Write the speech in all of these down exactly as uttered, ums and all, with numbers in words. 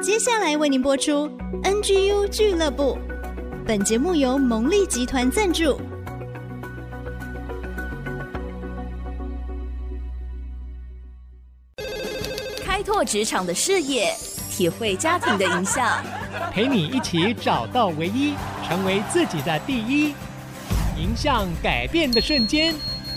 接下来为您播出 N G U 俱乐部，本节目由蒙利集团赞助。 开拓职场的视野，体会家庭的影响， 陪你一起找到唯一，成为自己的第一，迎向改变的瞬间。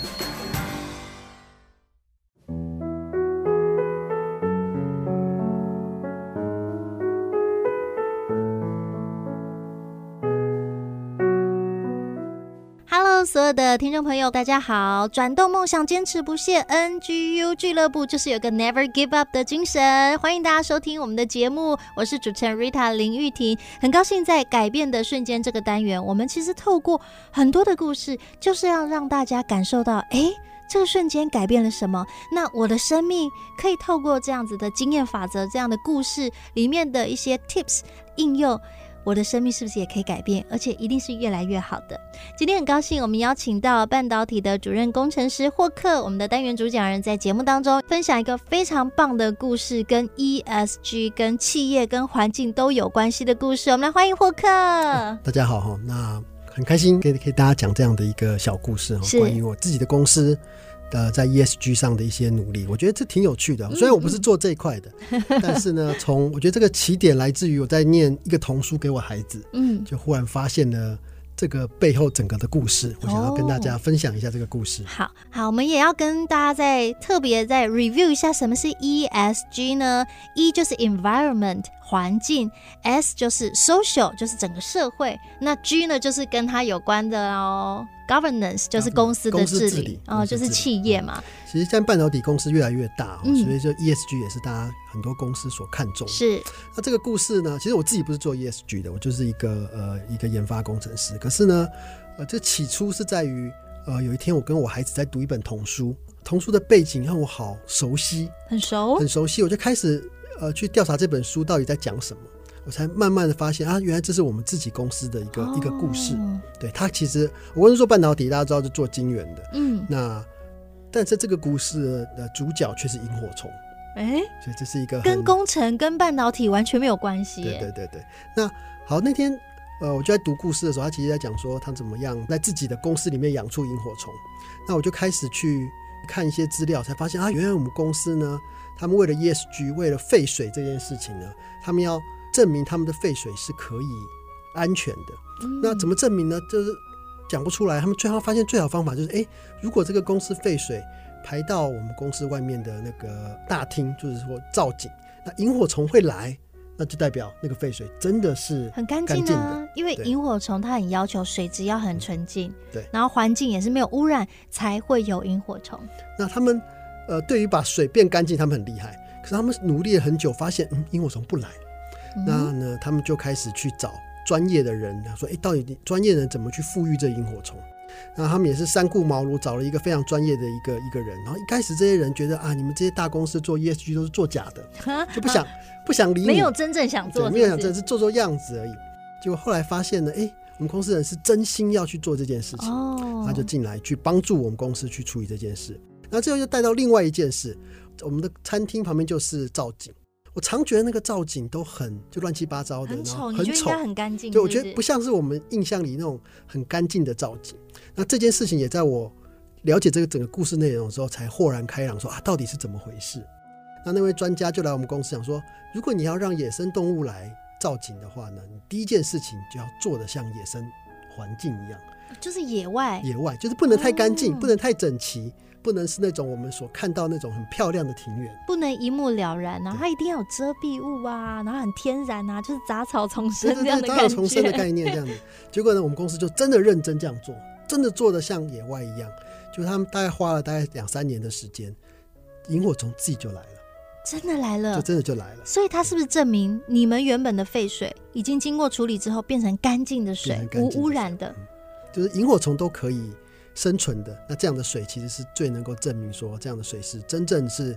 所有的听众朋友大家好，转动梦想坚持不懈 N G U 俱乐部就是有个 Never Give Up 的精神，欢迎大家收听我们的节目，我是主持人 Rita 林玉婷。很高兴在改变的瞬间这个单元，我们其实透过很多的故事，就是要让大家感受到诶这个瞬间改变了什么，那我的生命可以透过这样子的经验法则，这样的故事里面的一些 tips 应用，我的生命是不是也可以改变，而且一定是越来越好的。今天很高兴我们邀请到半导体的主任工程师霍克，我们的单元主讲人，在节目当中分享一个非常棒的故事，跟 E S G 跟企业跟环境都有关系的故事。我们来欢迎霍克。 啊、大家好，那很开心可以给大家讲这样的一个小故事，关于我自己的公司呃，在 E S G 上的一些努力，我觉得这挺有趣的。虽然我不是做这一块的，嗯嗯但是呢，从我觉得这个起点来自于我在念一个童书给我孩子，嗯，就忽然发现了这个背后整个的故事，我想要跟大家分享一下这个故事。 哦、好好，我们也要跟大家再特别再 review 一下什么是 E S G 呢 ？E 就是 environment 环境 ，S 就是 social 就是整个社会，那 G 呢就是跟它有关的哦。Governance 就是公司的治理，哦，就是企业嘛。 其实现在半导体公司越来越大，嗯、所以就 E S G 也是大家很多公司所看重的。 是。 那这个故事呢，其实我自己不是做 E S G 的，我就是一个呃一个研发工程师。可是呢，呃，这起初是在于呃有一天我跟我孩子在读一本童书，童书的背景让我好熟悉， 很熟， 很熟悉，我就开始呃去调查这本书到底在讲什么。我才慢慢的发现啊，原来这是我们自己公司的一个、哦、一个故事。对，它其实我公司做半导体，大家知道是做晶圆的，嗯，那但是这个故事的主角却是萤火虫，哎，所以这是一个跟工程跟半导体完全没有关系。 对对对对。那好，那天呃，我就在读故事的时候，他其实在讲说他怎么样在自己的公司里面养出萤火虫。那我就开始去看一些资料，才发现啊，原来我们公司呢，他们为了 E S G， 为了废水这件事情呢，他们要证明他们的废水是可以安全的、嗯、那怎么证明呢？就是讲不出来。他们最后发现最好方法就是诶，如果这个公司废水排到我们公司外面的那个大厅，就是说造景，那萤火虫会来，那就代表那个废水真的是很干净啊。因为萤火虫它很要求水质要很纯净、嗯、对，然后环境也是没有污染才会有萤火虫。 那他们呃，对于把水变干净他们很厉害，可是他们努力了很久，发现嗯，萤火虫不来。那呢，他们就开始去找专业的人，说：“哎，到底专业人怎么去复育这萤火虫？”那他们也是三顾茅庐，找了一个非常专业的一个一个人。然后一开始这些人觉得啊，你们这些大公司做 E S G 都是做假的，就不想不想理你， 没有真正想做， 没有想真是做做样子而已。结果后来发现呢，哎，我们公司人是真心要去做这件事情，哦、他就进来去帮助我们公司去处理这件事。那这就带到另外一件事，我们的餐厅旁边就是造景。我常觉得那个造景都很就乱七八糟的， 很丑， 很丑， 你觉得应该很干净？ 对，我觉得不像是我们印象里那种很干净的造景。那这件事情也在我了解这个整个故事内容的时候，才豁然开朗说啊，到底是怎么回事？那那位专家就来我们公司讲说，如果你要让野生动物来造景的话呢，你第一件事情就要做得像野生环境一样， 就是野外， 野外就是不能太干净、哦，不能太整齐。不能是那种我们所看到那种很漂亮的庭院， 不能一目了然啊，它一定要有遮蔽物啊，然后很天然啊，就是杂草丛生这样的感觉，杂草丛生的概念这样子。结果呢，我们公司就真的认真这样做，真的做得像野外一样。就他们大概花了大概两三年的时间，萤火虫自己就来了， 真的来了， 就真的就来了。 所以它是不是证明你们原本的废水已经经过处理之后变成干净的水，无污染的、嗯？ 就是萤火虫都可以生存的，那这样的水其实是最能够证明说这样的水是真正是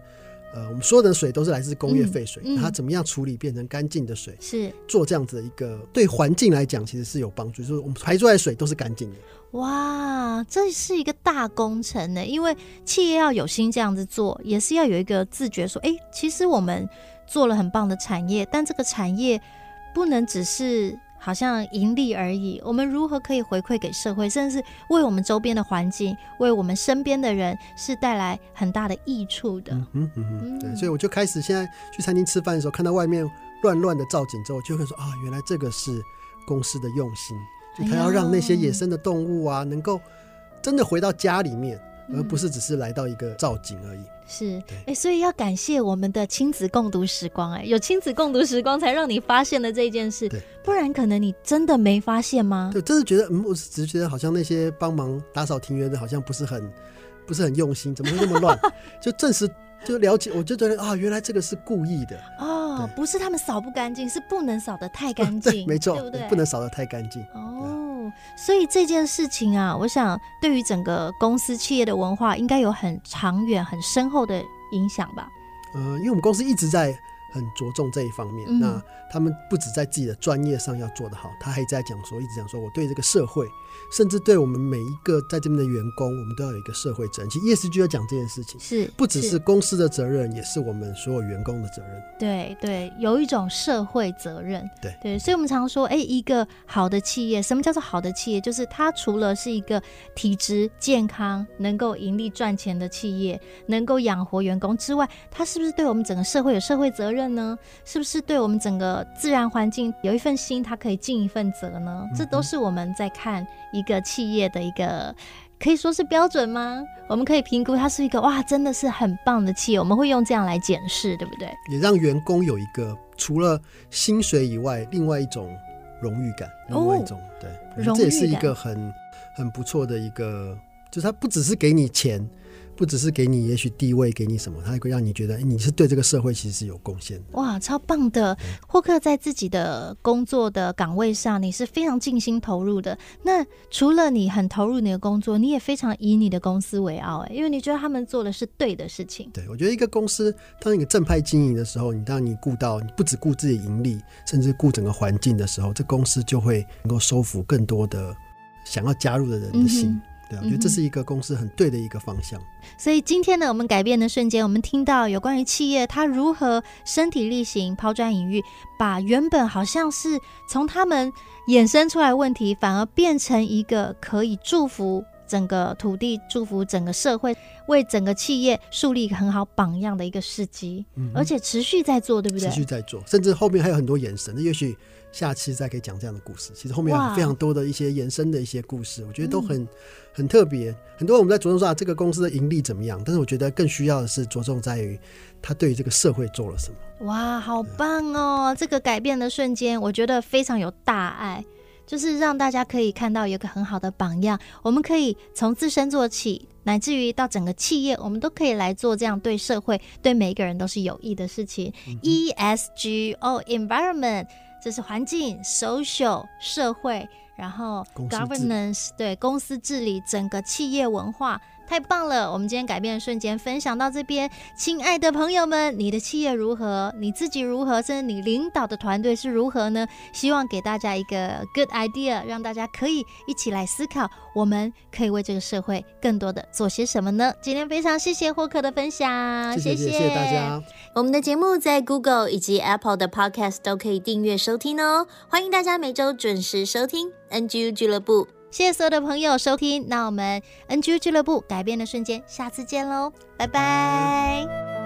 呃，我们所有的水都是来自工业废水， 嗯嗯、 它怎么样处理变成干净的水， 是做这样子的一个对环境来讲其实是有帮助，就是我们排出来的水都是干净的。 哇，这是一个大工程呢，因为企业要有心这样子做，也是要有一个自觉说，哎，其实我们做了很棒的产业，但这个产业不能只是好像盈利而已，我们如何可以回馈给社会，甚至是为我们周边的环境，为我们身边的人是带来很大的益处的。 嗯嗯嗯，对，所以我就开始现在去餐厅吃饭的时候，看到外面乱乱的造景之后，就会说啊，原来这个是公司的用心，就他要让那些野生的动物啊，能够真的回到家里面，而不是只是来到一个造景而已。 是，哎，所以要感谢我们的亲子共读时光，哎，有亲子共读时光才让你发现了这件事，不然可能你真的没发现吗？ 对，真的觉得，嗯，我只是觉得好像那些帮忙打扫庭园的，好像不是很不是很用心，怎么会那么乱？就证实，就了解，我就觉得啊，原来这个是故意的哦，不是他们扫不干净，是不能扫得太干净， 没错， 对不对？ 不能扫得太干净。 哦，所以这件事情啊，我想对于整个公司企业的文化，应该有很长远、很深厚的影响吧？ 呃，因为我们公司一直在很着重这一方面，嗯、那他们不只在自己的专业上要做得好，他还在讲说，一直讲说我对这个社会，甚至对我们每一个在这边的员工，我们都要有一个社会责任。其实 E S G 要讲这件事情， 是不只是公司的责任，也是我们所有员工的责任。 对对，有一种社会责任。 对对，所以我们常说，哎，一个好的企业，什么叫做好的企业？就是它除了是一个体质健康、能够盈利赚钱的企业，能够养活员工之外，它是不是对我们整个社会有社会责任呢？是不是对我们整个自然环境有一份心，它可以尽一份责呢？这都是我们在看一个企业的一个可以说是标准吗？我们可以评估它是一个哇，真的是很棒的企业，我们会用这样来检视，对不对？ 也让员工有一个除了薪水以外，另外一种荣誉感，另外一种、哦、对，这也是一个很很不错的一个，就是它不只是给你钱。不只是给你也许地位，给你什么，它会让你觉得你是对这个社会其实是有贡献的。 哇，超棒的！霍克在自己的工作的岗位上，你是非常尽心投入的。那除了你很投入你的工作，你也非常以你的公司为傲，因为你觉得他们做的是对的事情。 对，我觉得一个公司当你正派经营的时候，你当你顾到你不只顾自己的盈利，甚至顾整个环境的时候，这公司就会能够收服更多的想要加入的人的心。嗯，对，我觉得这是一个公司很对的一个方向。 所以今天呢，我们改变的瞬间，我们听到有关于企业它如何身体力行、抛砖引玉，把原本好像是从他们衍生出来的问题，反而变成一个可以祝福整个土地、祝福整个社会，为整个企业树立一个很好榜样的一个事迹、嗯、而且持续在做，对不对？ 持续在做，甚至后面还有很多延伸，也许下期再可以讲这样的故事。其实后面有非常多的一些延伸的一些故事，我觉得都很、嗯、很特别。很多人我们在着重说、啊、这个公司的盈利怎么样，但是我觉得更需要的是着重在于他对于这个社会做了什么。 哇，好棒哦！这个改变的瞬间，我觉得非常有大爱。就是让大家可以看到有一个很好的榜样，我们可以从自身做起，乃至于到整个企业，我们都可以来做这样对社会、对每一个人都是有益的事情。嗯、E S G 哦 ，environment 这是环境 ，social 社会，然后 governance 对公司治理，整个企业文化。太棒了！我们今天改变的瞬间分享到这边，亲爱的朋友们，你的企业如何？你自己如何？甚至你领导的团队是如何呢？希望给大家一个 good idea， 让大家可以一起来思考，我们可以为这个社会更多的做些什么呢？今天非常谢谢霍克的分享， 谢谢谢谢大家。 我们的节目在 Google 以及 Apple 的 Podcast 都可以订阅收听哦，欢迎大家每周准时收听 N G U 俱乐部。谢谢所有的朋友收听，那我们 N G U 俱乐部改变的瞬间，下次见喽，拜拜。